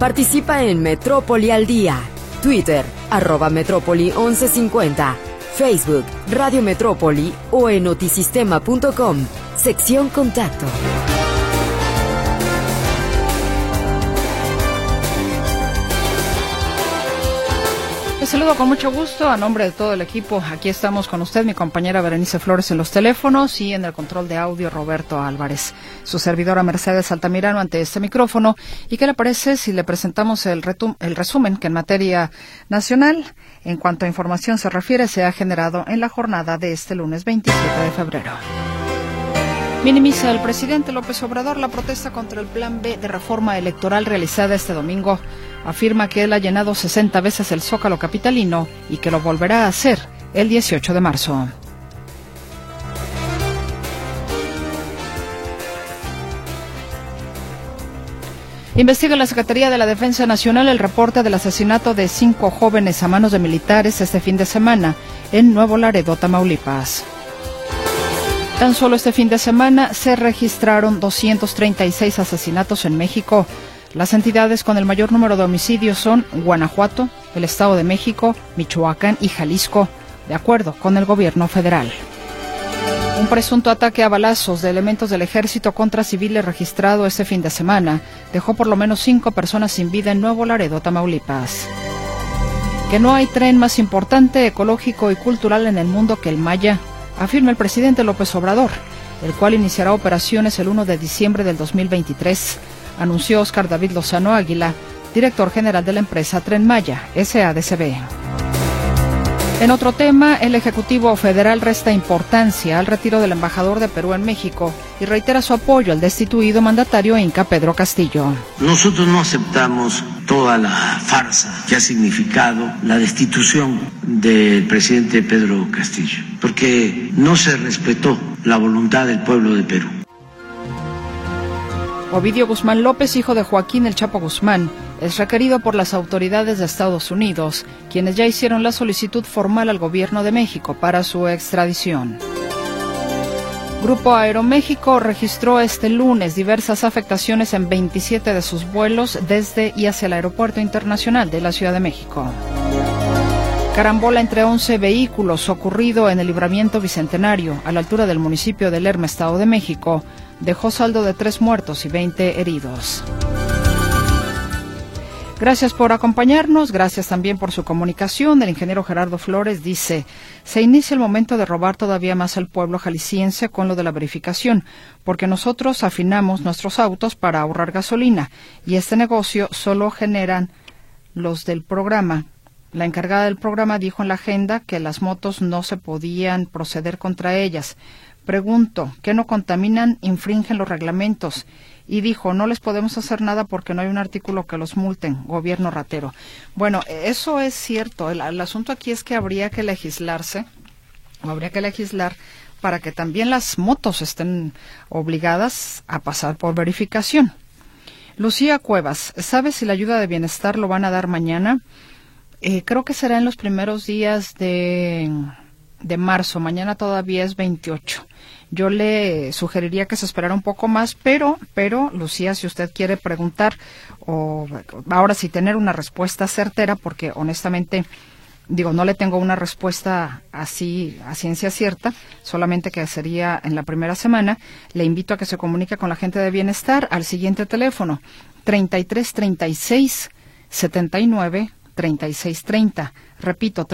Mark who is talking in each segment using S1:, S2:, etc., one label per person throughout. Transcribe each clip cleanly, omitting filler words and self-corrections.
S1: Participa en Metrópoli al Día. Twitter, @Metrópoli1150. Facebook, Radio Metrópoli o en notisistema.com. Sección Contacto.
S2: Les saludo con mucho gusto a nombre de todo el equipo. Aquí estamos con usted, mi compañera Berenice Flores en los teléfonos y en el control de audio Roberto Álvarez. Su servidora Mercedes Altamirano ante este micrófono. ¿Y qué le parece si le presentamos el resumen que en materia nacional, en cuanto a información se refiere, se ha generado en la jornada de este lunes 27 de febrero? Minimiza el presidente López Obrador la protesta contra el Plan B de reforma electoral realizada este domingo. Afirma que él ha llenado 60 veces el Zócalo capitalino y que lo volverá a hacer el 18 de marzo. Investiga la Secretaría de la Defensa Nacional el reporte del asesinato de 5 jóvenes a manos de militares este fin de semana en Nuevo Laredo, Tamaulipas. Tan solo este fin de semana se registraron 236 asesinatos en México. Las entidades con el mayor número de homicidios son Guanajuato, el Estado de México, Michoacán y Jalisco, de acuerdo con el gobierno federal. Un presunto ataque a balazos de elementos del ejército contra civiles registrado este fin de semana dejó por lo menos 5 personas sin vida en Nuevo Laredo, Tamaulipas. Que no hay tren más importante, ecológico y cultural en el mundo que el Maya, afirma el presidente López Obrador, el cual iniciará operaciones el 1 de diciembre del 2023, anunció Óscar David Lozano Águila, director general de la empresa Tren Maya, SADCB. En otro tema, el Ejecutivo Federal resta importancia al retiro del embajador de Perú en México y reitera su apoyo al destituido mandatario inca Pedro Castillo.
S3: Nosotros no aceptamos toda la farsa que ha significado la destitución del presidente Pedro Castillo, porque no se respetó la voluntad del pueblo de Perú.
S2: Ovidio Guzmán López, hijo de Joaquín El Chapo Guzmán, es requerido por las autoridades de Estados Unidos, quienes ya hicieron la solicitud formal al gobierno de México para su extradición. Grupo Aeroméxico registró este lunes diversas afectaciones en 27 de sus vuelos desde y hacia el Aeropuerto Internacional de la Ciudad de México. Carambola entre 11 vehículos ocurrido en el Libramiento Bicentenario, a la altura del municipio de Lerma, Estado de México, dejó saldo de 3 muertos y 20 heridos. Gracias por acompañarnos, gracias también por su comunicación. El ingeniero Gerardo Flores dice, se inicia el momento de robar todavía más al pueblo jalisciense con lo de la verificación, porque nosotros afinamos nuestros autos para ahorrar gasolina y este negocio solo generan los del programa. La encargada del programa dijo en la agenda que las motos no se podían proceder contra ellas. Pregunto, ¿qué no contaminan? Infringen los reglamentos. Y dijo, no les podemos hacer nada porque no hay un artículo que los multen, gobierno ratero. Bueno, eso es cierto. El asunto aquí es que habría que legislar para que también las motos estén obligadas a pasar por verificación. Lucía Cuevas, ¿sabes si la ayuda de bienestar lo van a dar mañana? Creo que será en los primeros días de marzo. Mañana todavía es 28. Yo le sugeriría que se esperara un poco más, pero, Lucía, si usted quiere preguntar, o ahora sí tener una respuesta certera, porque honestamente, no le tengo una respuesta así a ciencia cierta, solamente que sería en la primera semana, le invito a que se comunique con la gente de bienestar al siguiente teléfono, 3336 79 3630. Repito,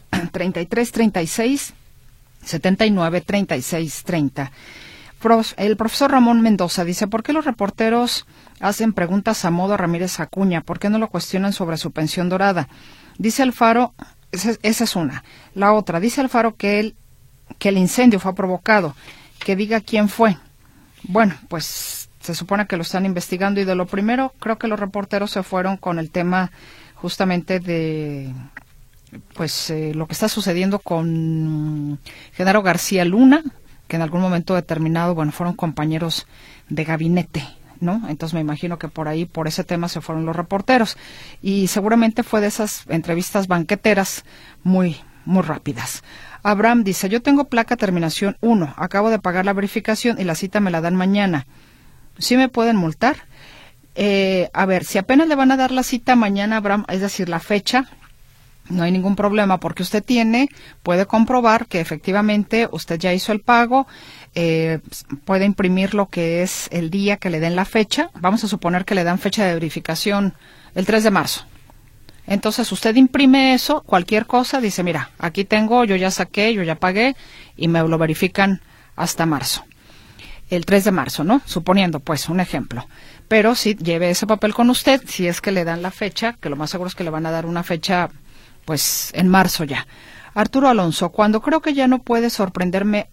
S2: 3336 79 36 30. El profesor Ramón Mendoza dice, ¿por qué los reporteros hacen preguntas a modo Ramírez Acuña? ¿Por qué no lo cuestionan sobre su pensión dorada? Dice Alfaro, esa es una. La otra, dice Alfaro que el incendio fue provocado. Que diga quién fue. Bueno, pues se supone que lo están investigando y de lo primero, creo que los reporteros se fueron con el tema justamente de lo que está sucediendo con Genaro García Luna, que en algún momento determinado, fueron compañeros de gabinete, ¿no? Entonces me imagino que por ese tema se fueron los reporteros. Y seguramente fue de esas entrevistas banqueteras muy, muy rápidas. Abraham dice, yo tengo placa terminación 1, acabo de pagar la verificación y la cita me la dan mañana. ¿Sí me pueden multar? A ver, si apenas le van a dar la cita mañana, es decir, la fecha, no hay ningún problema porque usted puede comprobar que efectivamente usted ya hizo el pago, puede imprimir lo que es el día que le den la fecha. Vamos a suponer que le dan fecha de verificación el 3 de marzo. Entonces usted imprime eso, cualquier cosa, dice, mira, aquí tengo, yo ya saqué, yo ya pagué y me lo verifican hasta marzo. El 3 de marzo, ¿no? Suponiendo, pues, un ejemplo. Pero sí, lleve ese papel con usted, si es que le dan la fecha, que lo más seguro es que le van a dar una fecha, pues, en marzo ya. Arturo Alonso, cuando creo que ya no puede sorprenderme.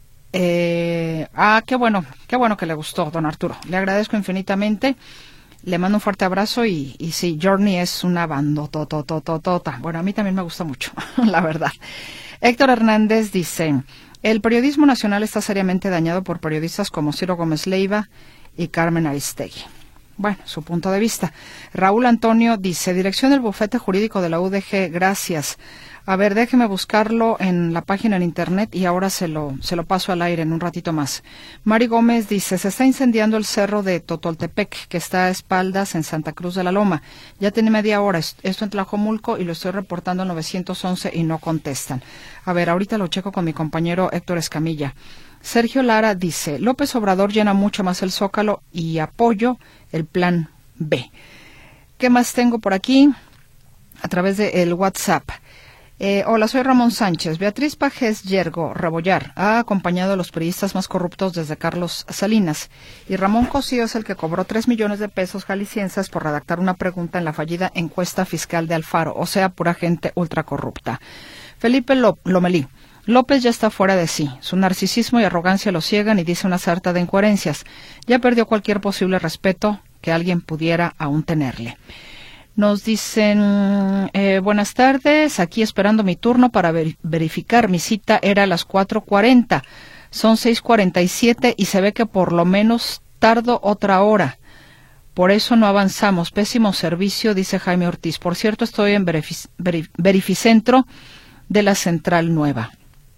S2: Qué bueno que le gustó, don Arturo. Le agradezco infinitamente. Le mando un fuerte abrazo y sí, Journey es una bandototototota. Bueno, a mí también me gusta mucho, la verdad. Héctor Hernández dice, el periodismo nacional está seriamente dañado por periodistas como Ciro Gómez Leiva y Carmen Aristegui. Bueno, su punto de vista. Raúl Antonio dice, dirección del bufete jurídico de la UDG, gracias. A ver, déjeme buscarlo en la página en internet y ahora se lo paso al aire en un ratito más. Mari Gómez dice, se está incendiando el cerro de Totoltepec, que está a espaldas en Santa Cruz de la Loma. Ya tiene media hora, esto en Tlajomulco, y lo estoy reportando al 911 y no contestan. A ver, ahorita lo checo con mi compañero Héctor Escamilla. Sergio Lara dice, López Obrador llena mucho más el Zócalo y apoyo el plan B. ¿Qué más tengo por aquí? A través del WhatsApp. Hola, soy Ramón Sánchez. Beatriz Pajés Yergo Rebollar ha acompañado a los periodistas más corruptos desde Carlos Salinas. Y Ramón Cosío es el que cobró 3 millones de pesos jaliscienses por redactar una pregunta en la fallida encuesta fiscal de Alfaro. O sea, pura gente ultracorrupta. Felipe Lomelí. López ya está fuera de sí. Su narcisismo y arrogancia lo ciegan y dice una sarta de incoherencias. Ya perdió cualquier posible respeto que alguien pudiera aún tenerle. Nos dicen, buenas tardes, aquí esperando mi turno para verificar. Mi cita era a las 4:40. Son 6:47 y se ve que por lo menos tardo otra hora. Por eso no avanzamos. Pésimo servicio, dice Jaime Ortiz. Por cierto, estoy en Verificentro de la Central Nueva.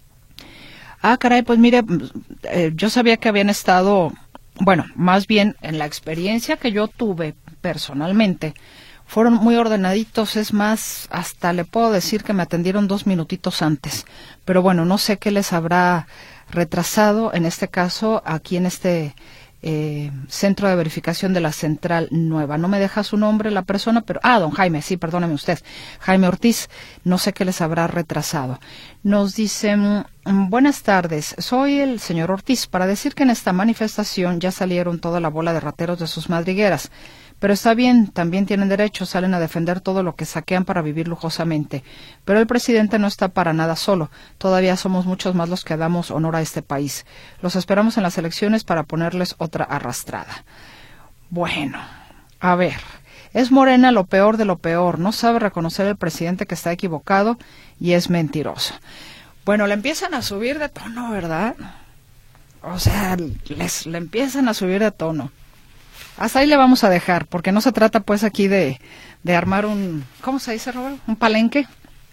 S2: Caray, pues mire, yo sabía que habían estado, bueno, más bien en la experiencia que yo tuve personalmente, fueron muy ordenaditos, es más, hasta le puedo decir que me atendieron 2 minutitos antes. Pero bueno, no sé qué les habrá retrasado, en este caso, aquí en este centro de verificación de la Central Nueva. No me deja su nombre la persona, pero... don Jaime, sí, perdóneme usted. Jaime Ortiz, no sé qué les habrá retrasado. Nos dicen, buenas tardes, soy el señor Ortiz, para decir que en esta manifestación ya salieron toda la bola de rateros de sus madrigueras. Pero está bien, también tienen derecho, salen a defender todo lo que saquean para vivir lujosamente. Pero el presidente no está para nada solo, todavía somos muchos más los que damos honor a este país. Los esperamos en las elecciones para ponerles otra arrastrada. Bueno, a ver, es Morena lo peor de lo peor, no sabe reconocer el presidente que está equivocado y es mentiroso. Bueno, le empiezan a subir de tono, ¿verdad? O sea, le empiezan a subir de tono. Hasta ahí le vamos a dejar, porque no se trata pues aquí de armar un... ¿Cómo se dice, Robert? ¿Un palenque?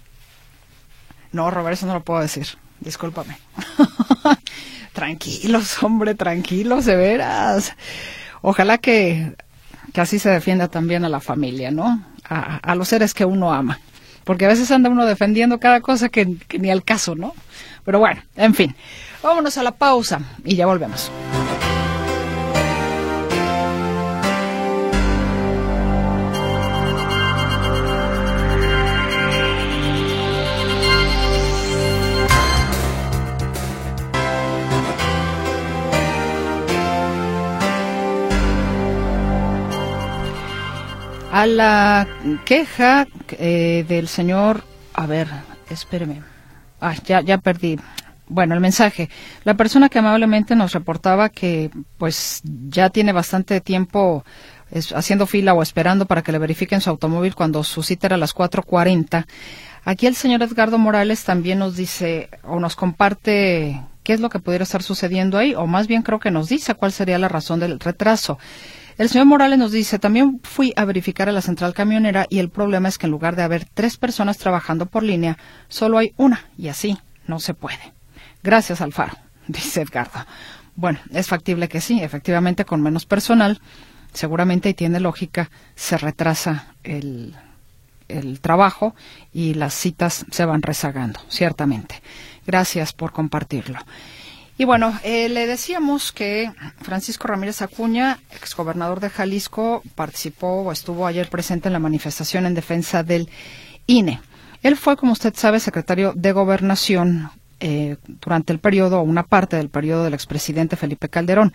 S2: No, Robert, eso no lo puedo decir. Discúlpame. Tranquilos, hombre, tranquilos, de veras. Ojalá que así se defienda también a la familia, ¿no? A los seres que uno ama. Porque a veces anda uno defendiendo cada cosa que ni al caso, ¿no? Pero bueno, en fin. Vámonos a la pausa y ya volvemos. A la queja del señor... A ver, espéreme. Ya perdí. Bueno, el mensaje. La persona que amablemente nos reportaba que pues ya tiene bastante tiempo haciendo fila o esperando para que le verifiquen su automóvil cuando su cita era a las 4:40. Aquí el señor Edgardo Morales también nos dice o nos comparte qué es lo que pudiera estar sucediendo ahí, o más bien creo que nos dice cuál sería la razón del retraso. El señor Morales nos dice, también fui a verificar a la central camionera y el problema es que en lugar de haber 3 personas trabajando por línea, solo hay una y así no se puede. Gracias, Alfaro, dice Edgardo. Bueno, es factible que sí, efectivamente con menos personal seguramente, y tiene lógica, se retrasa el trabajo y las citas se van rezagando, ciertamente. Gracias por compartirlo. Y bueno, le decíamos que Francisco Ramírez Acuña, exgobernador de Jalisco, participó o estuvo ayer presente en la manifestación en defensa del INE. Él fue, como usted sabe, secretario de Gobernación durante el periodo, o una parte del periodo del expresidente Felipe Calderón.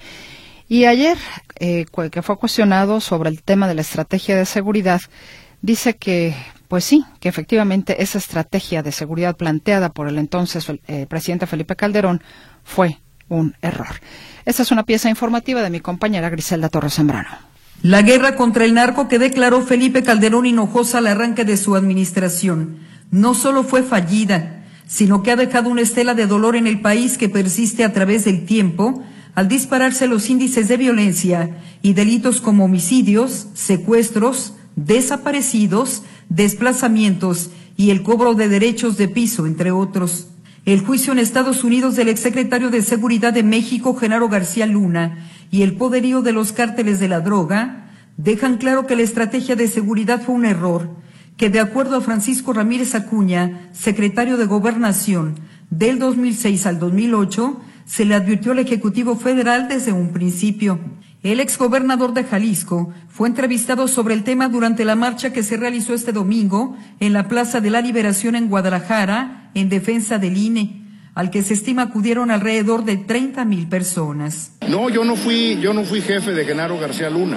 S2: Y ayer, que fue cuestionado sobre el tema de la estrategia de seguridad, dice que, pues sí, que efectivamente esa estrategia de seguridad planteada por el entonces presidente Felipe Calderón fue un error. Esta es una pieza informativa de mi compañera Griselda Torres Zambrano.
S4: La guerra contra el narco que declaró Felipe Calderón Hinojosa al arranque de su administración no solo fue fallida, sino que ha dejado una estela de dolor en el país que persiste a través del tiempo al dispararse los índices de violencia y delitos como homicidios, secuestros, desaparecidos, desplazamientos y el cobro de derechos de piso, entre otros. El juicio en Estados Unidos del exsecretario de Seguridad de México, Genaro García Luna, y el poderío de los cárteles de la droga dejan claro que la estrategia de seguridad fue un error, que de acuerdo a Francisco Ramírez Acuña, secretario de Gobernación, del 2006 al 2008, se le advirtió al Ejecutivo Federal desde un principio. El exgobernador de Jalisco fue entrevistado sobre el tema durante la marcha que se realizó este domingo en la Plaza de la Liberación en Guadalajara en defensa del INE, al que se estima acudieron alrededor de 30,000 personas.
S5: No, yo no fui jefe de Genaro García Luna.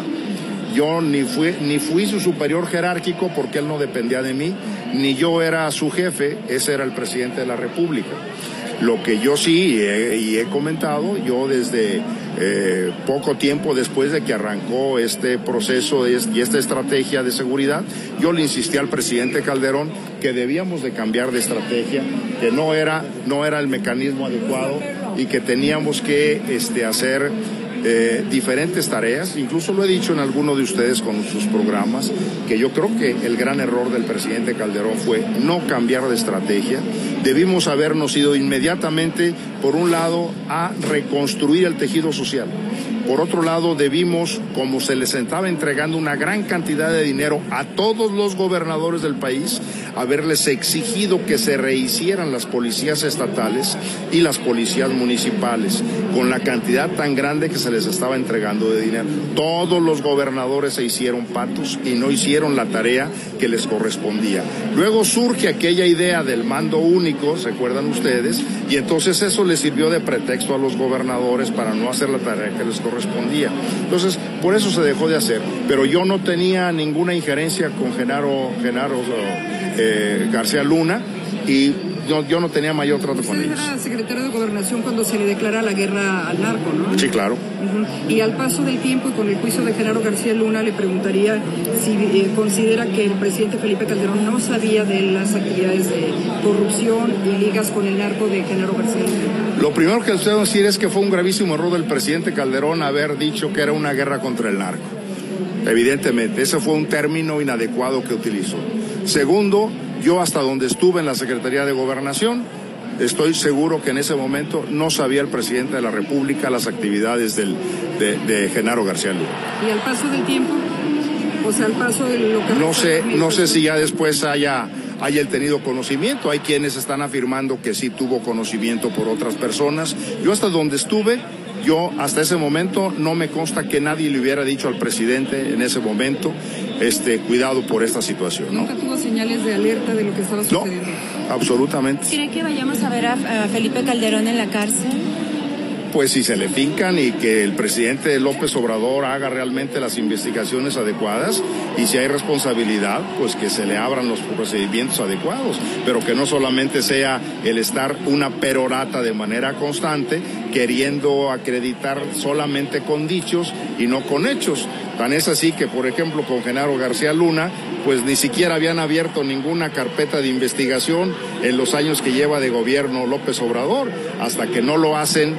S5: Yo ni fui su superior jerárquico porque él no dependía de mí, ni yo era su jefe, ese era el presidente de la República. Lo que yo sí he comentado, yo desde poco tiempo después de que arrancó este proceso y esta estrategia de seguridad, yo le insistí al presidente Calderón que debíamos de cambiar de estrategia, que no era el mecanismo adecuado y que teníamos que hacer diferentes tareas. Incluso lo he dicho en alguno de ustedes con sus programas, que yo creo que el gran error del presidente Calderón fue no cambiar de estrategia. Debimos habernos ido inmediatamente, por un lado, a reconstruir el tejido social. Por otro lado, debimos, como se les estaba entregando una gran cantidad de dinero a todos los gobernadores del país, haberles exigido que se rehicieran las policías estatales y las policías municipales, con la cantidad tan grande que se les estaba entregando de dinero. Todos los gobernadores se hicieron patos y no hicieron la tarea que les correspondía. Luego surge aquella idea del mando único, ¿se acuerdan ustedes? Y entonces eso les sirvió de pretexto a los gobernadores para no hacer la tarea que les correspondía. Entonces, por eso se dejó de hacer. Pero yo no tenía ninguna injerencia con Genaro García Luna y yo no tenía mayor trato con ellos.
S6: Usted era secretario de Gobernación cuando se le declara la guerra al narco, ¿no?
S5: Sí, claro.
S6: Y al paso del tiempo y con el juicio de Genaro García Luna, le preguntaría si considera que el presidente Felipe Calderón no sabía de las actividades de corrupción y ligas con el narco de Genaro García Luna.
S5: Lo primero que les debo decir es que fue un gravísimo error del presidente Calderón haber dicho que era una guerra contra el narco. Evidentemente, ese fue un término inadecuado que utilizó. Segundo, yo hasta donde estuve en la Secretaría de Gobernación, estoy seguro que en ese momento no sabía el presidente de la República las actividades de Genaro García Luna.
S6: ¿Y al paso del tiempo? O sea, al paso de lo que...
S5: No sé si ya después haya él tenido conocimiento. Hay quienes están afirmando que sí tuvo conocimiento por otras personas. Yo hasta donde estuve, hasta ese momento no me consta que nadie le hubiera dicho al presidente en ese momento, cuidado por esta situación, ¿no?
S6: ¿Nunca tuvo señales de alerta de lo que estaba sucediendo?
S5: No, absolutamente.
S7: ¿Cree que vayamos a ver a Felipe Calderón en la cárcel?
S5: Pues si se le fincan y que el presidente López Obrador haga realmente las investigaciones adecuadas y si hay responsabilidad, pues que se le abran los procedimientos adecuados, pero que no solamente sea el estar una perorata de manera constante queriendo acreditar solamente con dichos y no con hechos. Tan es así que, por ejemplo, con Genaro García Luna, pues ni siquiera habían abierto ninguna carpeta de investigación en los años que lleva de gobierno López Obrador, hasta que no lo hacen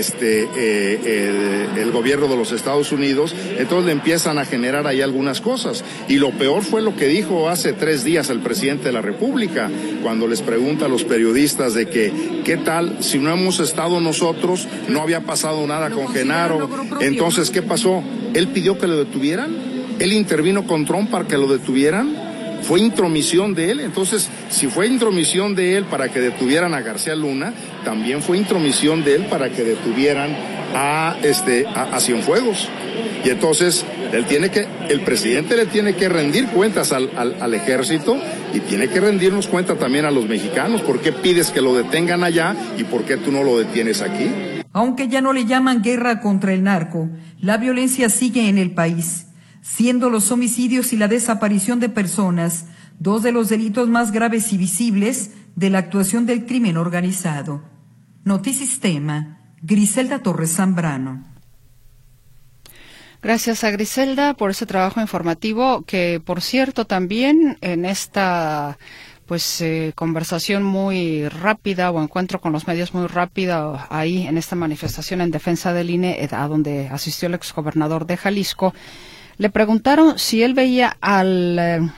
S5: el gobierno de los Estados Unidos, entonces le empiezan a generar ahí algunas cosas. Y lo peor fue lo que dijo hace 3 días el presidente de la República, cuando les pregunta a los periodistas de que, ¿qué tal si no hemos estado nosotros, no había pasado nada con Genaro? Entonces, ¿qué pasó? Él pidió que lo detuvieran, él intervino con Trump para que lo detuvieran, fue intromisión de él. Entonces, si fue intromisión de él para que detuvieran a García Luna, también fue intromisión de él para que detuvieran a Cienfuegos. Y entonces el presidente le tiene que rendir cuentas al ejército y tiene que rendirnos cuenta también a los mexicanos. ¿Por qué pides que lo detengan allá y por qué tú no lo detienes aquí?
S4: Aunque ya no le llaman guerra contra el narco, la violencia sigue en el país, siendo los homicidios y la desaparición de personas dos de los delitos más graves y visibles de la actuación del crimen organizado. Notisistema, Griselda Torres Zambrano.
S2: Gracias a Griselda por ese trabajo informativo que, por cierto, también en esta conversación muy rápida o encuentro con los medios muy rápido ahí en esta manifestación en defensa del INE, a donde asistió el exgobernador de Jalisco, le preguntaron si él veía al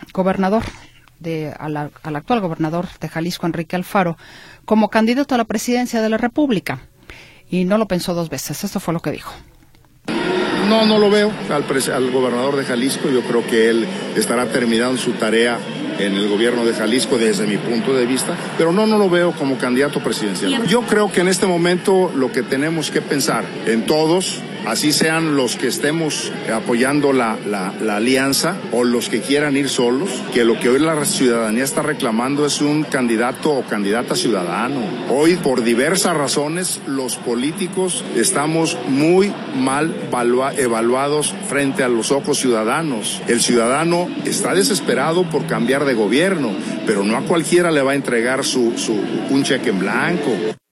S2: actual gobernador de Jalisco, Enrique Alfaro, como candidato a la presidencia de la República. Y no lo pensó dos veces. Esto fue lo que dijo.
S5: No lo veo al gobernador de Jalisco. Yo creo que él estará terminando su tarea en el gobierno de Jalisco desde mi punto de vista, pero no lo veo como candidato presidencial. Yo creo que en este momento lo que tenemos que pensar en todos, así sean los que estemos apoyando la alianza o los que quieran ir solos, que lo que hoy la ciudadanía está reclamando es un candidato o candidata ciudadano. Hoy, por diversas razones, los políticos estamos muy mal evaluados frente a los ojos ciudadanos. El ciudadano está desesperado por cambiar de gobierno, pero no a cualquiera le va a entregar un cheque en blanco.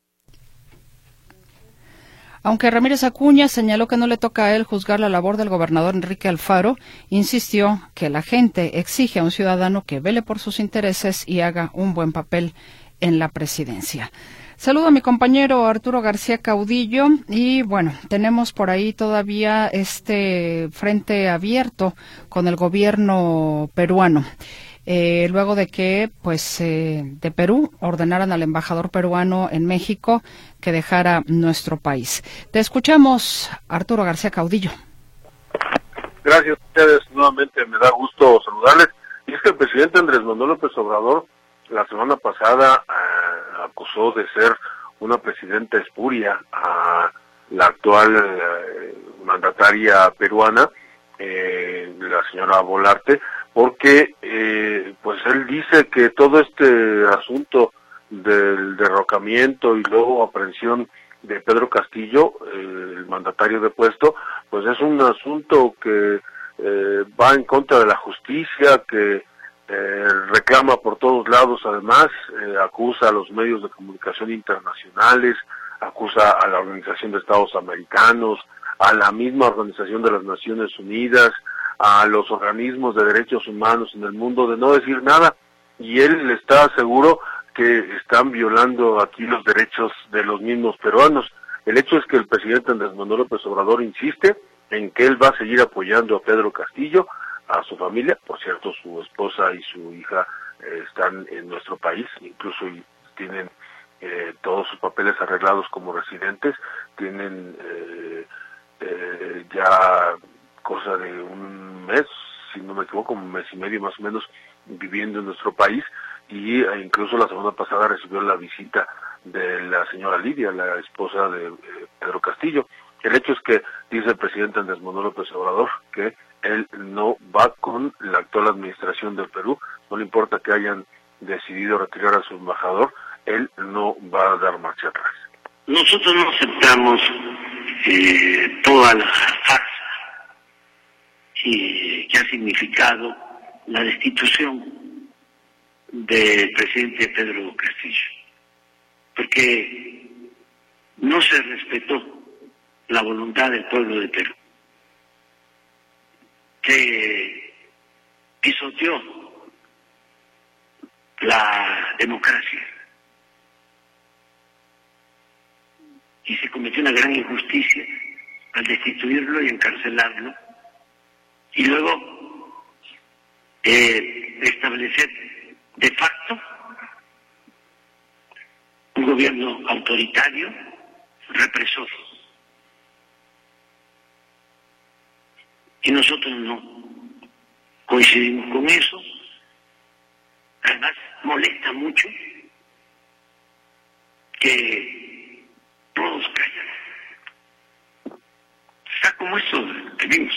S2: Aunque Ramírez Acuña señaló que no le toca a él juzgar la labor del gobernador Enrique Alfaro, insistió que la gente exige a un ciudadano que vele por sus intereses y haga un buen papel en la presidencia. Saludo a mi compañero Arturo García Caudillo y bueno, tenemos por ahí todavía este frente abierto con el gobierno peruano. Luego de que, de Perú ordenaran al embajador peruano en México que dejara nuestro país. Te escuchamos, Arturo García Caudillo.
S8: Gracias a ustedes, nuevamente me da gusto saludarles. Y es que el presidente Andrés Manuel López Obrador la semana pasada acusó de ser una presidenta espuria a la actual mandataria peruana, la señora Boluarte, porque él dice que todo este asunto del derrocamiento y luego aprehensión de Pedro Castillo, el mandatario depuesto, pues es un asunto que va en contra de la justicia, que reclama por todos lados, además acusa a los medios de comunicación internacionales, acusa a la Organización de Estados Americanos, a la misma Organización de las Naciones Unidas, a los organismos de derechos humanos en el mundo de no decir nada, y él está seguro que están violando aquí los derechos de los mismos peruanos. El hecho es que el presidente Andrés Manuel López Obrador insiste en que él va a seguir apoyando a Pedro Castillo, a su familia. Por cierto, su esposa y su hija están en nuestro país, incluso tienen todos sus papeles arreglados como residentes, tienen ya cosa de un mes, si no me equivoco, un mes y medio más o menos, viviendo en nuestro país, y incluso la semana pasada recibió la visita de la señora Lidia, la esposa de Pedro Castillo. El hecho es que dice el presidente Andrés Manuel López Obrador que él no va con la actual administración del Perú, no le importa que hayan decidido retirar a su embajador, él no va a dar marcha atrás.
S3: Nosotros no aceptamos toda la farsa que ha significado la destitución del presidente Pedro Castillo, porque no se respetó la voluntad del pueblo de Perú, que pisoteó la democracia y se cometió una gran injusticia al destituirlo y encarcelarlo y luego establecer de facto un gobierno autoritario, represor. Y nosotros no coincidimos con eso. Además, molesta mucho que todos callan. Está como esto que vimos,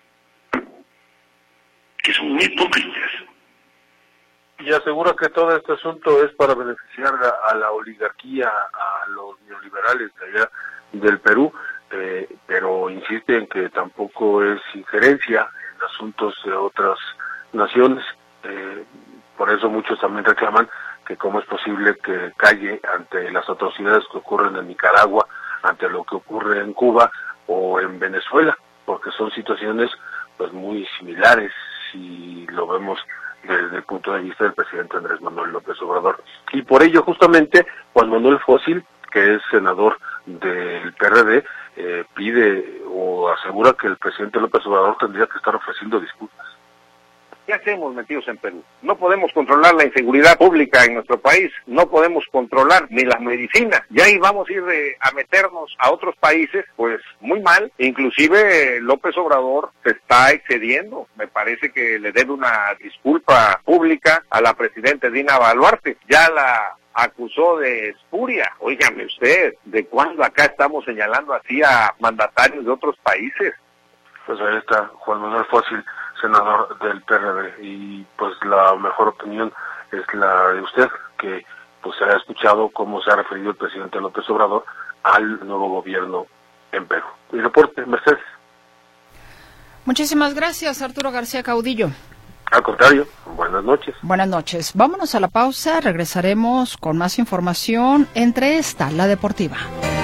S3: que son muy hipócritas.
S8: Y asegura que todo este asunto es para beneficiar a la oligarquía, a los neoliberales de allá del Perú, pero insiste en que tampoco es injerencia en asuntos de otras naciones. Por eso muchos también reclaman que cómo es posible que calle ante las atrocidades que ocurren en Nicaragua, ante lo que ocurre en Cuba o en Venezuela, porque son situaciones pues muy similares si lo vemos desde el punto de vista del presidente Andrés Manuel López Obrador. Y por ello justamente Juan Manuel Fósil, que es senador del PRD, pide o asegura que el presidente López Obrador tendría que estar ofreciendo disculpas.
S9: ¿Qué hacemos metidos en Perú? No podemos controlar la inseguridad pública en nuestro país, no podemos controlar ni las medicinas, y ahí vamos a ir a meternos a otros países, pues muy mal. Inclusive López Obrador se está excediendo, me parece que le debe una disculpa pública a la presidenta Dina Boluarte, ya la acusó de espuria. Óigame usted, ¿de cuándo acá estamos señalando así a mandatarios de otros países?
S8: Pues ahí está Juan Manuel Fósil, senador del PRD, y pues la mejor opinión es la de usted, que pues se ha escuchado cómo se ha referido el presidente López Obrador al nuevo gobierno en Perú. Y reporte, Mercedes.
S2: Muchísimas gracias, Arturo García Caudillo.
S8: Al contrario, buenas noches.
S2: Buenas noches. Vámonos a la pausa, regresaremos con más información, entre esta, la deportiva.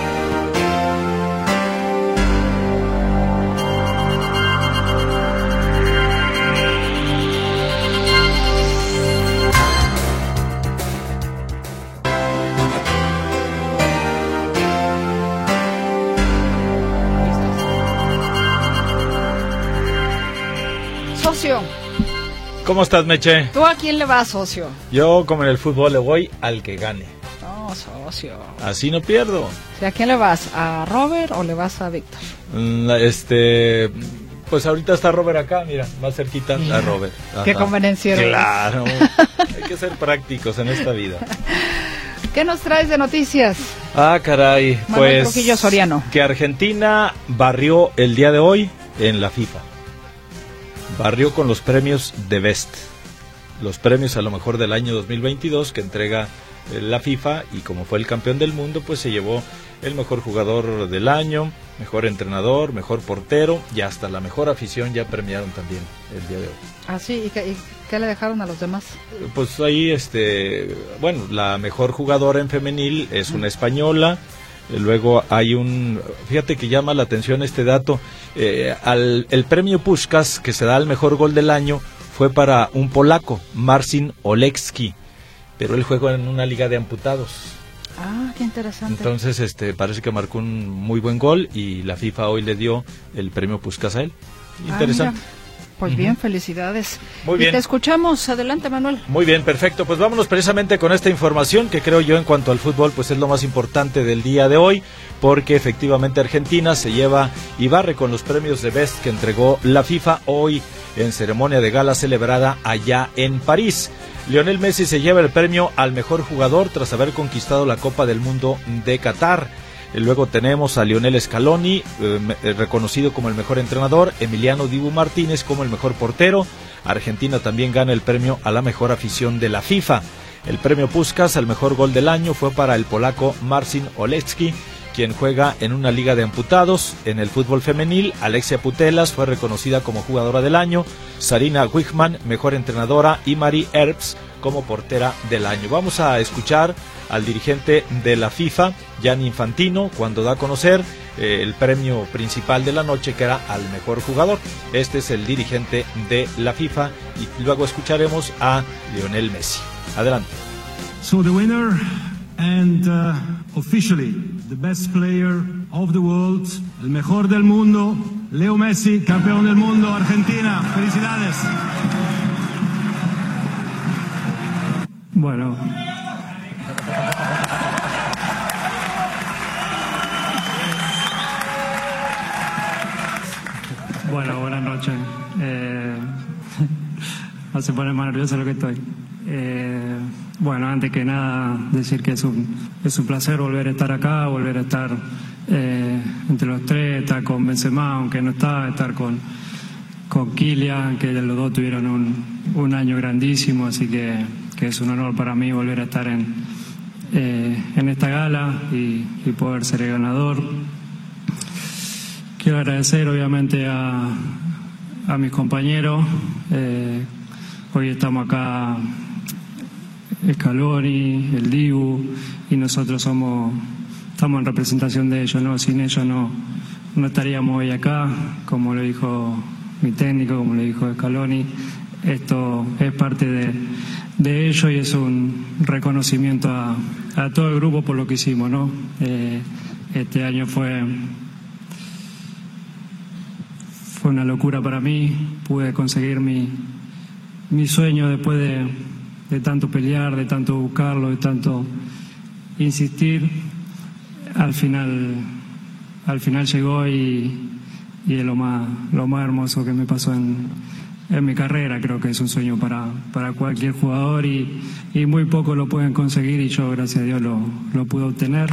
S2: Socio.
S10: ¿Cómo estás, Meche?
S2: ¿Tú a quién le vas, socio?
S10: Yo, como en el fútbol, le voy al que gane.
S2: No, socio.
S10: Así no pierdo.
S2: ¿A quién le vas? ¿A Robert o le vas a Víctor?
S10: Pues ahorita está Robert acá, mira, más cerquita a Robert. Ajá.
S2: Qué convenenciero.
S10: Claro, hay que ser prácticos en esta vida.
S2: ¿Qué nos traes de noticias?
S10: Ah, caray,
S2: Manuel
S10: pues
S2: Trujillo Soriano.
S10: Que Argentina barrió el día de hoy en la FIFA. Barrió con los premios de Best, los premios a lo mejor del año 2022 que entrega la FIFA, y como fue el campeón del mundo, pues se llevó el mejor jugador del año, mejor entrenador, mejor portero, y hasta la mejor afición ya premiaron también el día de hoy.
S2: Ah, sí, ¿y qué le dejaron a los demás?
S10: Pues ahí, bueno, la mejor jugadora en femenil es una española. Luego hay fíjate que llama la atención este dato, el premio Puskás que se da al mejor gol del año fue para un polaco, Marcin Oleksy, pero él juega en una liga de amputados.
S2: Ah, qué interesante.
S10: Entonces parece que marcó un muy buen gol y la FIFA hoy le dio el premio Puskás a él. Interesante.
S2: Mira. Pues bien, felicidades.
S10: Muy bien.
S2: Y te escuchamos. Adelante, Manuel.
S10: Muy bien, perfecto. Pues vámonos precisamente con esta información que creo yo en cuanto al fútbol pues es lo más importante del día de hoy, porque efectivamente Argentina se lleva y barre con los premios de Best que entregó la FIFA hoy en ceremonia de gala celebrada allá en París. Lionel Messi se lleva el premio al mejor jugador tras haber conquistado la Copa del Mundo de Qatar. Luego tenemos a Lionel Scaloni, reconocido como el mejor entrenador, Emiliano Dibu Martínez como el mejor portero. Argentina también gana el premio a la mejor afición de la FIFA. El premio Puskás al mejor gol del año fue para el polaco Marcin Oleksy, quien juega en una liga de amputados. En el fútbol femenil, Alexia Putellas fue reconocida como jugadora del año, Sarina Wiegman, mejor entrenadora, y Marie Herbst como portera del año. Vamos a escuchar al dirigente de la FIFA, Gianni Infantino, cuando da a conocer el premio principal de la noche, que era al mejor jugador. Este es el dirigente de la FIFA, y luego escucharemos a Lionel Messi. Adelante.
S11: So the winner and officially the best player of the world, el mejor del mundo, Leo Messi, campeón del mundo, Argentina. Felicidades. Bueno. Bueno, buenas noches.
S12: hace poner más nervioso de lo que estoy. Bueno, antes que nada decir que es un placer volver a estar acá, volver a estar entre los tres, estar con Benzema, aunque no está, estar con Kylian, que los dos tuvieron un año grandísimo, así que es un honor para mí volver a estar en esta gala y poder ser el ganador. Quiero agradecer obviamente a mis compañeros. Hoy estamos acá Scaloni, el Dibu, y nosotros estamos en representación de ellos, ¿no? Sin ellos no estaríamos hoy acá, como lo dijo mi técnico, como lo dijo Scaloni. Esto es parte de ellos y es un reconocimiento a todo el grupo por lo que hicimos, ¿no? Este año fue una locura para mí. Pude conseguir mi sueño después de tanto pelear, de tanto buscarlo, de tanto insistir. Al final llegó y es lo más hermoso que me pasó en mi carrera. Creo que es un sueño para cualquier jugador y muy pocos lo pueden conseguir, y yo, gracias a Dios, lo pude obtener.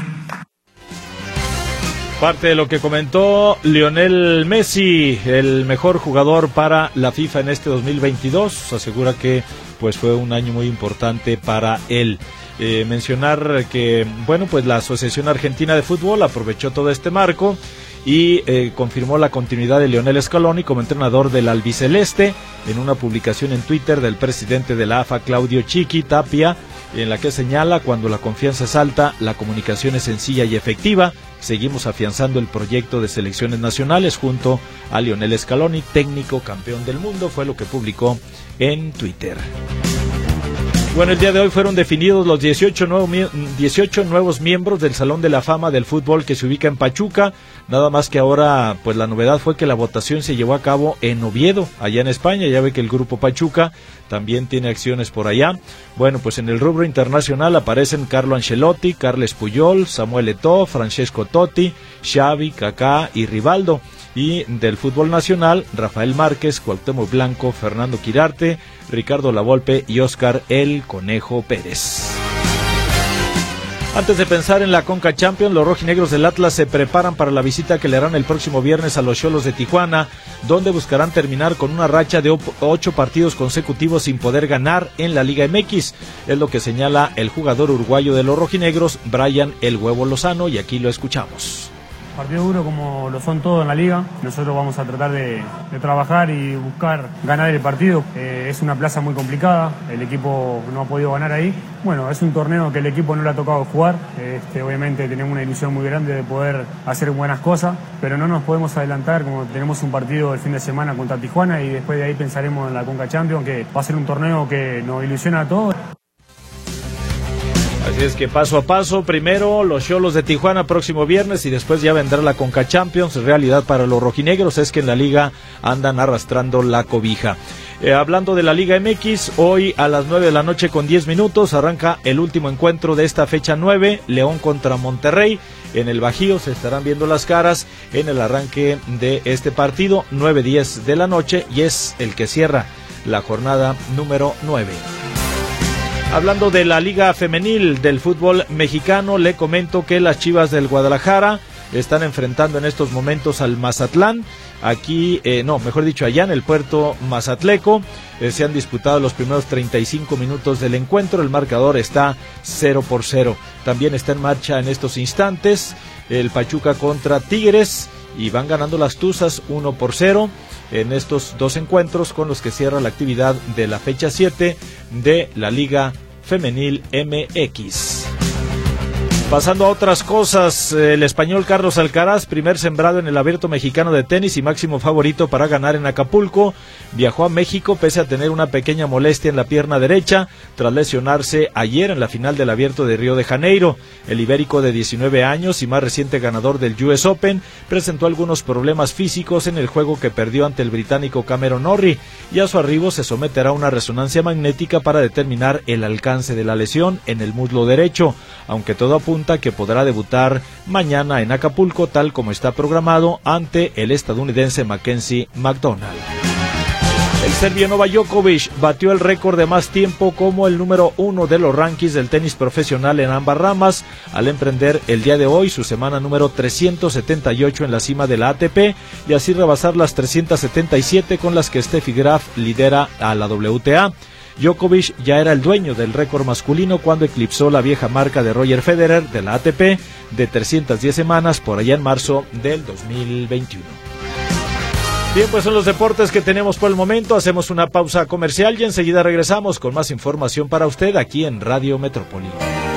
S10: Parte de lo que comentó Lionel Messi, el mejor jugador para la FIFA en este 2022, asegura que pues fue un año muy importante para él. Mencionar que bueno, pues la Asociación Argentina de Fútbol aprovechó todo este marco y confirmó la continuidad de Lionel Scaloni como entrenador del albiceleste en una publicación en Twitter del presidente de la AFA, Claudio Chiqui Tapia, en la que señala: cuando la confianza es alta, la comunicación es sencilla y efectiva. Seguimos afianzando el proyecto de selecciones nacionales junto a Lionel Scaloni, técnico campeón del mundo, fue lo que publicó en Twitter. Bueno, el día de hoy fueron definidos los 18 nuevos miembros del Salón de la Fama del Fútbol que se ubica en Pachuca. Nada más que ahora, pues la novedad fue que la votación se llevó a cabo en Oviedo, allá en España. Ya ve que el Grupo Pachuca también tiene acciones por allá. Bueno, pues en el rubro internacional aparecen Carlo Ancelotti, Carles Puyol, Samuel Eto'o, Francesco Totti, Xavi, Kaká y Rivaldo. Y del fútbol nacional, Rafael Márquez, Cuauhtémoc Blanco, Fernando Quirarte, Ricardo Lavolpe y Óscar El Conejo Pérez. Antes de pensar en la Conca Champions, los rojinegros del Atlas se preparan para la visita que le harán el próximo viernes a los Xolos de Tijuana, donde buscarán terminar con una racha de 8 partidos consecutivos sin poder ganar en la Liga MX. Es lo que señala el jugador uruguayo de los rojinegros, Brian El Huevo Lozano, y aquí lo escuchamos.
S13: Partido duro como lo son todos en la liga. Nosotros vamos a tratar de trabajar y buscar ganar el partido. Es una plaza muy complicada, el equipo no ha podido ganar ahí. Bueno, es un torneo que el equipo no le ha tocado jugar. Obviamente tenemos una ilusión muy grande de poder hacer buenas cosas, pero no nos podemos adelantar, como tenemos un partido el fin de semana contra Tijuana y después de ahí pensaremos en la Conca Champions, que va a ser un torneo que nos ilusiona a todos.
S10: Así es que paso a paso, primero los Xolos de Tijuana próximo viernes y después ya vendrá la Conca Champions. Realidad para los rojinegros es que en la liga andan arrastrando la cobija. Hablando de la Liga MX, hoy a las 9 de la noche con 10 minutos arranca el último encuentro de esta fecha 9, León contra Monterrey. En el Bajío se estarán viendo las caras en el arranque de este partido, 9:10 de la noche, y es el que cierra la jornada número 9. Hablando de la Liga Femenil del fútbol mexicano, le comento que las Chivas del Guadalajara están enfrentando en estos momentos al Mazatlán. Aquí, allá en el puerto Mazatleco, se han disputado los primeros 35 minutos del encuentro. El marcador está 0-0. También está en marcha en estos instantes el Pachuca contra Tigres y van ganando las Tuzas 1-0 en estos dos encuentros con los que cierra la actividad de la fecha 7 de la Liga Femenil MX. Pasando a otras cosas, el español Carlos Alcaraz, primer sembrado en el Abierto Mexicano de tenis y máximo favorito para ganar en Acapulco, viajó a México pese a tener una pequeña molestia en la pierna derecha tras lesionarse ayer en la final del Abierto de Río de Janeiro. El ibérico de 19 años y más reciente ganador del US Open presentó algunos problemas físicos en el juego que perdió ante el británico Cameron Norrie, y a su arribo se someterá a una resonancia magnética para determinar el alcance de la lesión en el muslo derecho, aunque todo apunta que podrá debutar mañana en Acapulco tal como está programado ante el estadounidense Mackenzie McDonald. El serbio Novak Djokovic batió el récord de más tiempo como el número 1 de los rankings del tenis profesional en ambas ramas al emprender el día de hoy su semana número 378 en la cima de la ATP y así rebasar las 377 con las que Steffi Graf lidera a la WTA. Djokovic ya era el dueño del récord masculino cuando eclipsó la vieja marca de Roger Federer de la ATP de 310 semanas por allá en marzo del 2021. Bien, pues son los deportes que tenemos por el momento. Hacemos una pausa comercial y enseguida regresamos con más información para usted aquí en Radio Metrópoli.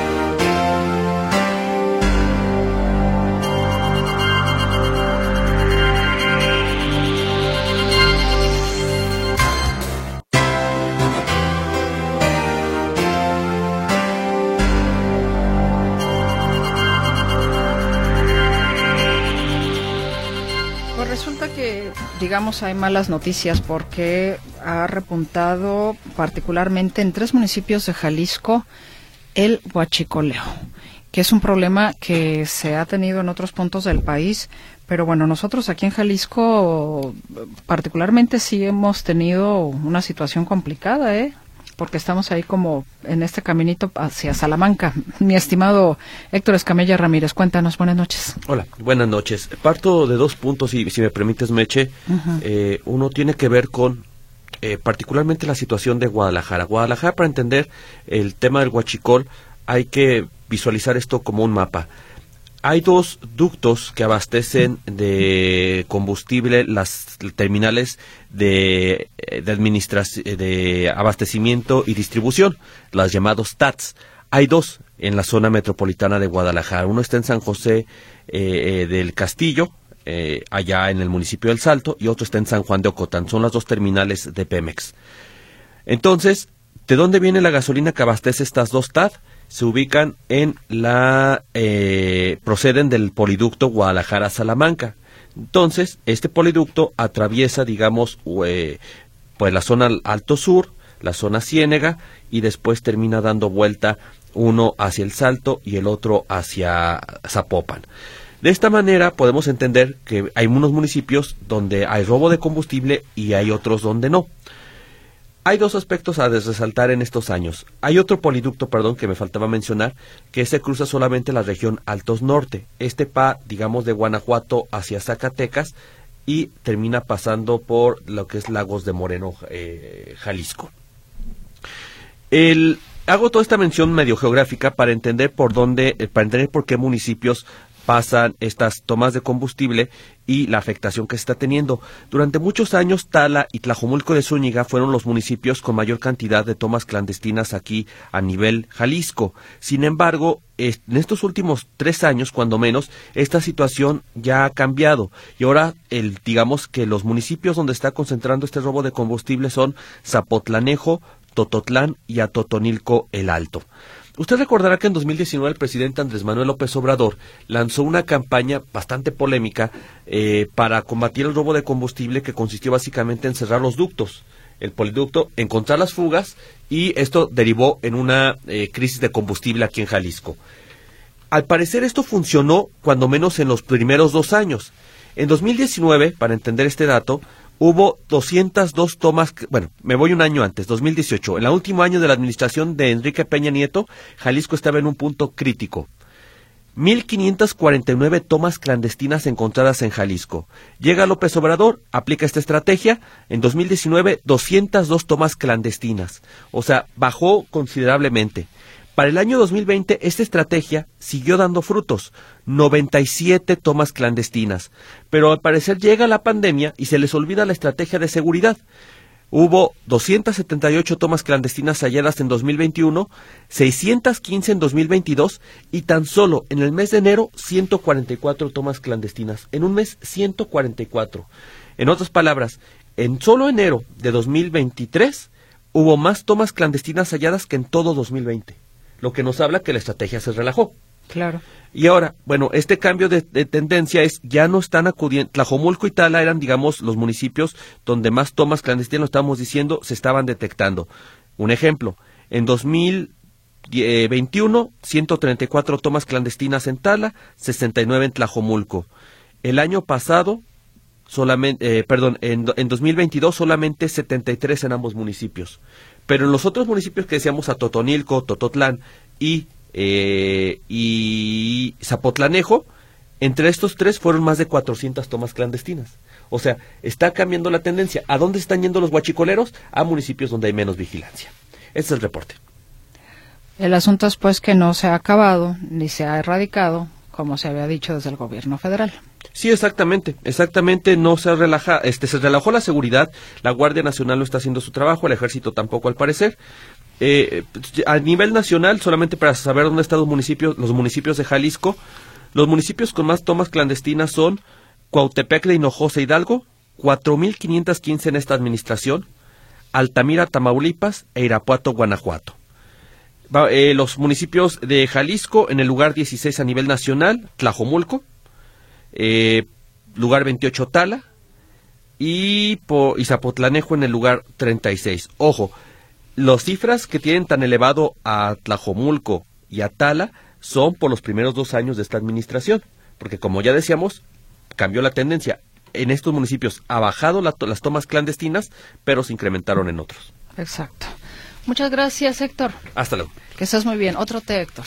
S2: Digamos, hay malas noticias porque ha repuntado particularmente en 3 municipios de Jalisco el huachicoleo, que es un problema que se ha tenido en otros puntos del país, pero bueno, nosotros aquí en Jalisco particularmente sí hemos tenido una situación complicada, porque estamos ahí como en este caminito hacia Salamanca. Mi estimado Héctor Escamilla Ramírez, cuéntanos, buenas noches.
S14: Hola, buenas noches. Parto de 2 puntos, y si me permites, Meche. Uno tiene que ver con particularmente la situación de Guadalajara. Guadalajara, para entender el tema del huachicol, hay que visualizar esto como un mapa. Hay 2 ductos que abastecen de combustible las terminales de abastecimiento y distribución, las llamados TATS. Hay 2 en la zona metropolitana de Guadalajara. Uno está en San José del Castillo, allá en el municipio del Salto, y otro está en San Juan de Ocotán. Son las 2 terminales de Pemex. Entonces, ¿de dónde viene la gasolina que abastece estas 2 TAT? Se ubican en proceden del poliducto Guadalajara-Salamanca. Entonces, este poliducto atraviesa, digamos, pues la zona Alto Sur, la zona Ciénega, y después termina dando vuelta uno hacia el Salto y el otro hacia Zapopan. De esta manera podemos entender que hay unos municipios donde hay robo de combustible y hay otros donde no. Hay 2 aspectos a resaltar en estos años. Hay otro poliducto, que me faltaba mencionar, que se cruza solamente la región Altos Norte. Este va, digamos, de Guanajuato hacia Zacatecas y termina pasando por lo que es Lagos de Moreno, Jalisco. Hago toda esta mención medio geográfica para entender por qué municipios pasan estas tomas de combustible y la afectación que se está teniendo. Durante muchos años, Tala y Tlajomulco de Zúñiga fueron los municipios con mayor cantidad de tomas clandestinas aquí a nivel Jalisco. Sin embargo, en estos últimos 3 años, cuando menos, esta situación ya ha cambiado. Y ahora, digamos que los municipios donde está concentrando este robo de combustible son Zapotlanejo, Tototlán y Atotonilco el Alto. Usted recordará que en 2019 el presidente Andrés Manuel López Obrador lanzó una campaña bastante polémica para combatir el robo de combustible, que consistió básicamente en cerrar los ductos, el poliducto, encontrar las fugas, y esto derivó en una crisis de combustible aquí en Jalisco. Al parecer esto funcionó cuando menos en los primeros 2 años. En 2019, para entender este dato, hubo 202 tomas, me voy un año antes, 2018. En el último año de la administración de Enrique Peña Nieto, Jalisco estaba en un punto crítico. 1,549 tomas clandestinas encontradas en Jalisco. Llega López Obrador, aplica esta estrategia. En 2019, 202 tomas clandestinas. O sea, bajó considerablemente. Para el año 2020, esta estrategia siguió dando frutos, 97 tomas clandestinas, pero al parecer llega la pandemia y se les olvida la estrategia de seguridad. Hubo 278 tomas clandestinas halladas en 2021, 615 en 2022 y tan solo en el mes de enero 144 tomas clandestinas. En un mes 144. En otras palabras, en solo enero de 2023 hubo más tomas clandestinas halladas que en todo 2020. Lo que nos habla que la estrategia se relajó.
S2: Claro.
S14: Y ahora, este cambio de tendencia es, ya no están acudiendo, Tlajomulco y Tala eran, digamos, los municipios donde más tomas clandestinas, lo estábamos diciendo, se estaban detectando. Un ejemplo, en 2021, 134 tomas clandestinas en Tala, 69 en Tlajomulco. El año pasado, en 2022 solamente 73 en ambos municipios. Pero en los otros municipios que decíamos, Atotonilco, Tototlán y Zapotlanejo, entre estos tres fueron más de 400 tomas clandestinas. O sea, está cambiando la tendencia. ¿A dónde están yendo los huachicoleros? A municipios donde hay menos vigilancia. Este es el reporte.
S2: El asunto es pues que no se ha acabado ni se ha erradicado, como se había dicho desde el gobierno federal.
S14: Sí, exactamente, no se relaja, se relajó la seguridad, la Guardia Nacional no está haciendo su trabajo, el Ejército tampoco al parecer. A nivel nacional, solamente para saber dónde están los municipios de Jalisco, los municipios con más tomas clandestinas son Cuautepec de Hinojosa, Hidalgo, 4,515 en esta administración, Altamira, Tamaulipas e Irapuato, Guanajuato. Los municipios de Jalisco en el lugar 16 a nivel nacional, Tlajomulco, lugar 28 Tala y Zapotlanejo en el lugar 36. Ojo, las cifras que tienen tan elevado a Tlajomulco y a Tala son por los primeros 2 años de esta administración, porque como ya decíamos, cambió la tendencia. En estos municipios ha bajado las tomas clandestinas, pero se incrementaron en otros.
S2: Exacto. Muchas gracias, Héctor.
S14: Hasta luego.
S2: Que estés muy bien. Otro té, Héctor.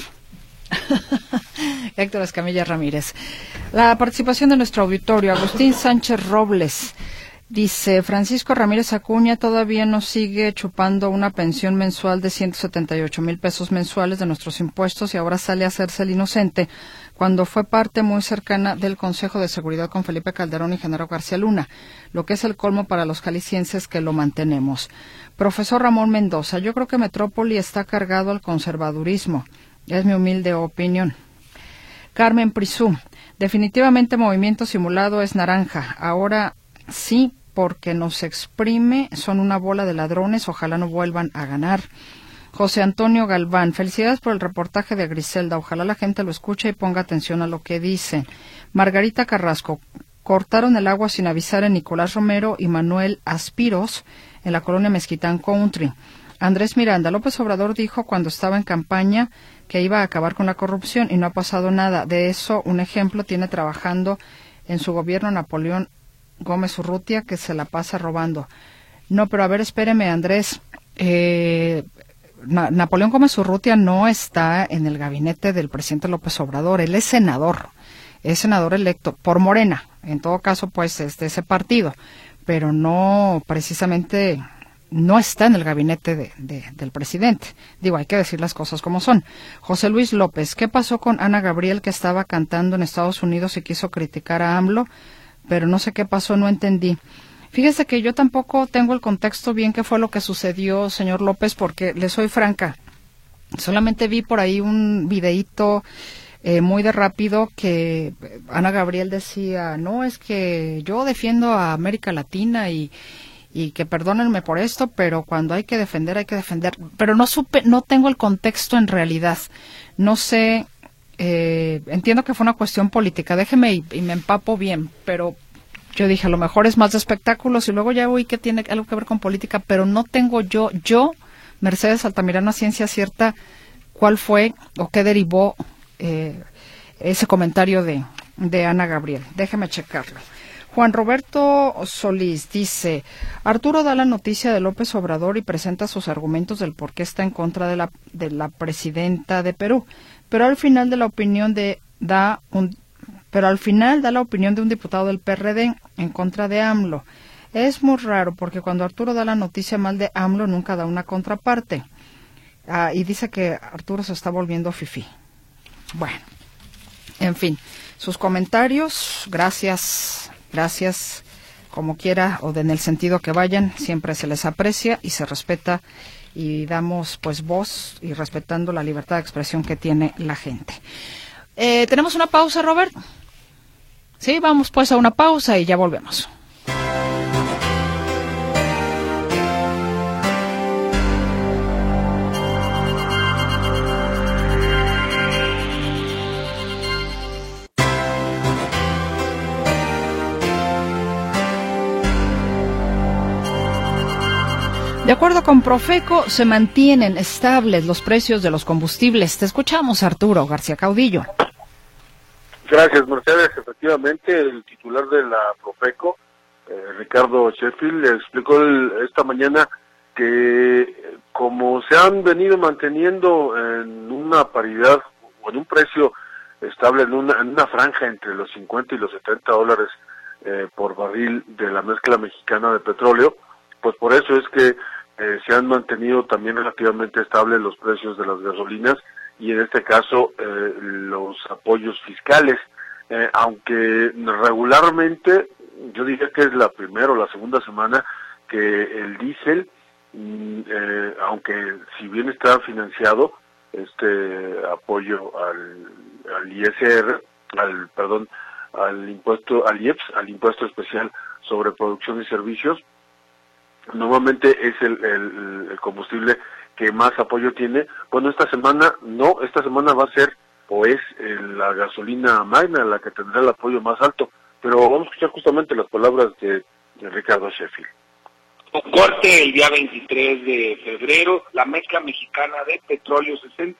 S2: Héctor Escamilla Ramírez. La participación de nuestro auditorio, Agustín Sánchez Robles, dice: Francisco Ramírez Acuña todavía nos sigue chupando una pensión mensual de 178,000 pesos mensuales de nuestros impuestos y ahora sale a hacerse el inocente cuando fue parte muy cercana del Consejo de Seguridad con Felipe Calderón y Genaro García Luna, lo que es el colmo para los jaliscienses que lo mantenemos. Profesor Ramón Mendoza, yo creo que Metrópoli está cargado al conservadurismo. Es mi humilde opinión. Carmen Prisú, definitivamente Movimiento Simulado es naranja. Ahora sí, porque nos exprime, son una bola de ladrones, ojalá no vuelvan a ganar. José Antonio Galván, felicidades por el reportaje de Griselda, ojalá la gente lo escuche y ponga atención a lo que dice. Margarita Carrasco, cortaron el agua sin avisar en Nicolás Romero y Manuel Aspiros en la colonia Mezquitán Country. Andrés Miranda, López Obrador dijo cuando estaba en campaña que iba a acabar con la corrupción y no ha pasado nada. De eso, un ejemplo tiene trabajando en su gobierno Napoleón Gómez Urrutia, que se la pasa robando. No, pero a ver, espéreme, Andrés. Napoleón Gómez Urrutia no está en el gabinete del presidente López Obrador. Él es senador electo por Morena. En todo caso, pues, es de ese partido. Pero no, precisamente, no está en el gabinete del presidente. Digo, hay que decir las cosas como son. José Luis López, ¿qué pasó con Ana Gabriel, que estaba cantando en Estados Unidos y quiso criticar a AMLO? Pero no sé qué pasó, no entendí. Fíjese que yo tampoco tengo el contexto bien qué fue lo que sucedió, señor López, porque le soy franca. Solamente vi por ahí un videíto muy de rápido que Ana Gabriel decía, no, es que yo defiendo a América Latina y que perdónenme por esto, pero cuando hay que defender, hay que defender. Pero no tengo el contexto en realidad. No sé, entiendo que fue una cuestión política, déjeme y me empapo bien, pero yo dije, a lo mejor es más de espectáculos y luego ya oí que tiene algo que ver con política, pero no tengo yo, Mercedes Altamirano, a ciencia cierta, cuál fue o qué derivó ese comentario de Ana Gabriel. Déjeme checarlo. Juan Roberto Solís dice, Arturo da la noticia de López Obrador y presenta sus argumentos del por qué está en contra de la presidenta de Perú, pero al final da la opinión de un diputado del PRD en contra de AMLO. Es muy raro porque cuando Arturo da la noticia mal de AMLO nunca da una contraparte. Y dice que Arturo se está volviendo fifí. Bueno, en fin, sus comentarios, gracias, como quiera o en el sentido que vayan, siempre se les aprecia y se respeta y damos pues voz y respetando la libertad de expresión que tiene la gente. ¿Tenemos una pausa, Robert? Sí, vamos pues a una pausa y ya volvemos. De acuerdo con Profeco, se mantienen estables los precios de los combustibles. Te escuchamos, Arturo García Caudillo.
S8: Gracias, Mercedes. Efectivamente, el titular de la Profeco Ricardo Sheffield, explicó esta mañana que como se han venido manteniendo en una paridad o en un precio estable, en una franja entre los 50 y los $70 por barril de la mezcla mexicana de petróleo, pues por eso es que se han mantenido también relativamente estables los precios de las gasolinas y en este caso los apoyos fiscales, aunque regularmente yo diría que es la primera o la segunda semana que el diésel, aunque si bien está financiado este apoyo al ISR, al impuesto, al IEPS, al impuesto especial sobre producción y servicios, normalmente es el combustible que más apoyo tiene. Bueno, esta semana va a ser o es la gasolina Magna la que tendrá el apoyo más alto, pero vamos a escuchar justamente las palabras de Ricardo Sheffield.
S15: Con corte el día 23 de febrero, la mezcla mexicana de petróleo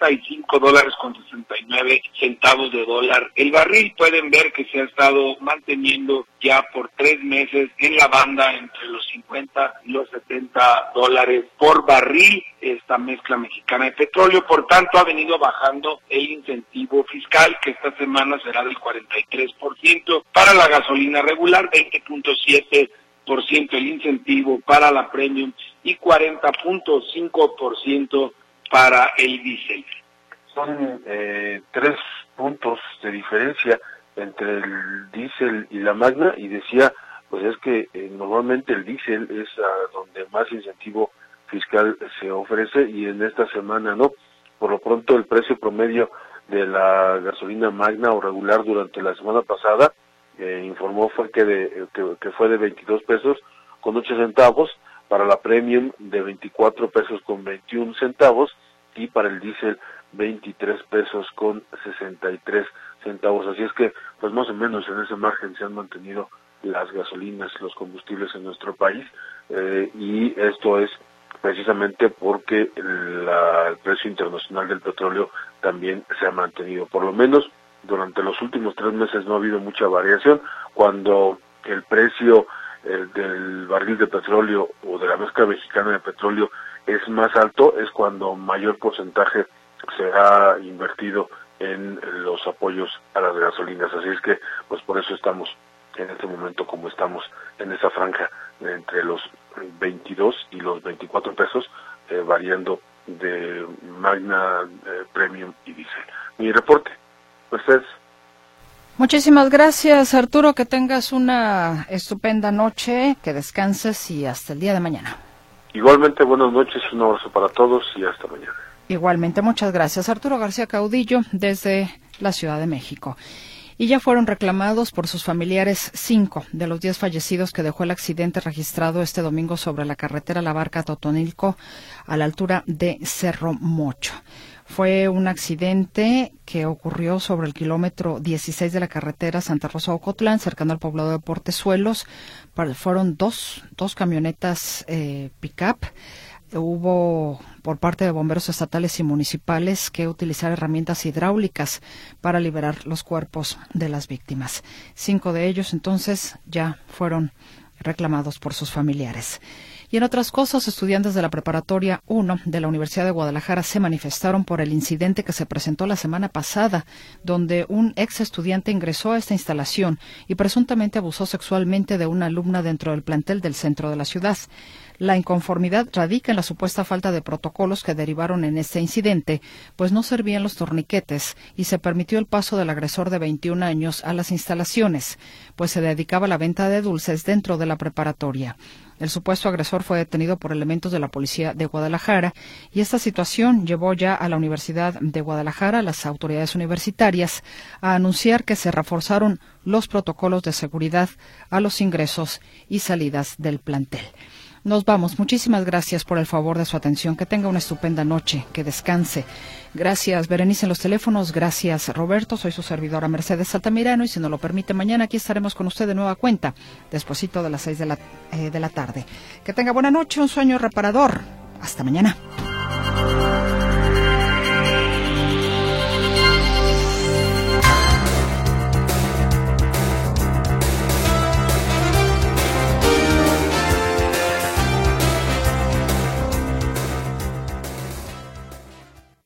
S15: $65.69 de dólar. El barril pueden ver que se ha estado manteniendo ya por 3 meses en la banda entre los 50 y los $70 por barril esta mezcla mexicana de petróleo. Por tanto, ha venido bajando el incentivo fiscal, que esta semana será del 43%, para la gasolina regular, 20.7% el incentivo para la premium y 40.5% para el diésel.
S8: Son 3 puntos de diferencia entre el diésel y la Magna, y decía, pues es que normalmente el diésel es donde más incentivo fiscal se ofrece y en esta semana no. Por lo pronto el precio promedio de la gasolina Magna o regular durante la semana pasada informó fue que fue de 22 pesos con 8 centavos, para la premium de 24 pesos con 21 centavos y para el diésel 23 pesos con 63 centavos. Así es que pues más o menos en ese margen se han mantenido las gasolinas, los combustibles en nuestro país, y esto es precisamente porque el precio internacional del petróleo también se ha mantenido. Por lo menos durante los últimos 3 meses no ha habido mucha variación. Cuando el precio del barril de petróleo o de la mezcla mexicana de petróleo es más alto, es cuando mayor porcentaje se ha invertido en los apoyos a las gasolinas. Así es que, pues por eso estamos en este momento como estamos en esa franja entre los 22 y los 24 pesos, variando de Magna, Premium y Diesel. Mi reporte. Ustedes.
S2: Muchísimas gracias, Arturo, que tengas una estupenda noche, que descanses y hasta el día de mañana.
S8: Igualmente, buenas noches, un abrazo para todos y hasta mañana.
S2: Igualmente, muchas gracias. Arturo García Caudillo, desde la Ciudad de México. Y ya fueron reclamados por sus familiares 5 de los 10 fallecidos que dejó el accidente registrado este domingo sobre la carretera La Barca-Totonilco a la altura de Cerro Mocho. Fue un accidente que ocurrió sobre el kilómetro 16 de la carretera Santa Rosa Ocotlán, cercano al poblado de Portezuelos. Fueron dos camionetas pick-up. Hubo por parte de bomberos estatales y municipales que utilizar herramientas hidráulicas para liberar los cuerpos de las víctimas. 5 de ellos entonces ya fueron reclamados por sus familiares. Y en otras cosas, estudiantes de la Preparatoria 1 de la Universidad de Guadalajara se manifestaron por el incidente que se presentó la semana pasada, donde un ex estudiante ingresó a esta instalación y presuntamente abusó sexualmente de una alumna dentro del plantel del centro de la ciudad. La inconformidad radica en la supuesta falta de protocolos que derivaron en este incidente, pues no servían los torniquetes y se permitió el paso del agresor de 21 años a las instalaciones, pues se dedicaba a la venta de dulces dentro de la preparatoria. El supuesto agresor fue detenido por elementos de la Policía de Guadalajara y esta situación llevó ya a la Universidad de Guadalajara, a las autoridades universitarias, a anunciar que se reforzaron los protocolos de seguridad a los ingresos y salidas del plantel. Nos vamos. Muchísimas gracias por el favor de su atención. Que tenga una estupenda noche. Que descanse. Gracias, Berenice, en los teléfonos. Gracias, Roberto. Soy su servidora Mercedes Altamirano y si nos lo permite, mañana aquí estaremos con usted de nueva cuenta, despuesito de las 6 de la tarde. Que tenga buena noche, un sueño reparador. Hasta mañana.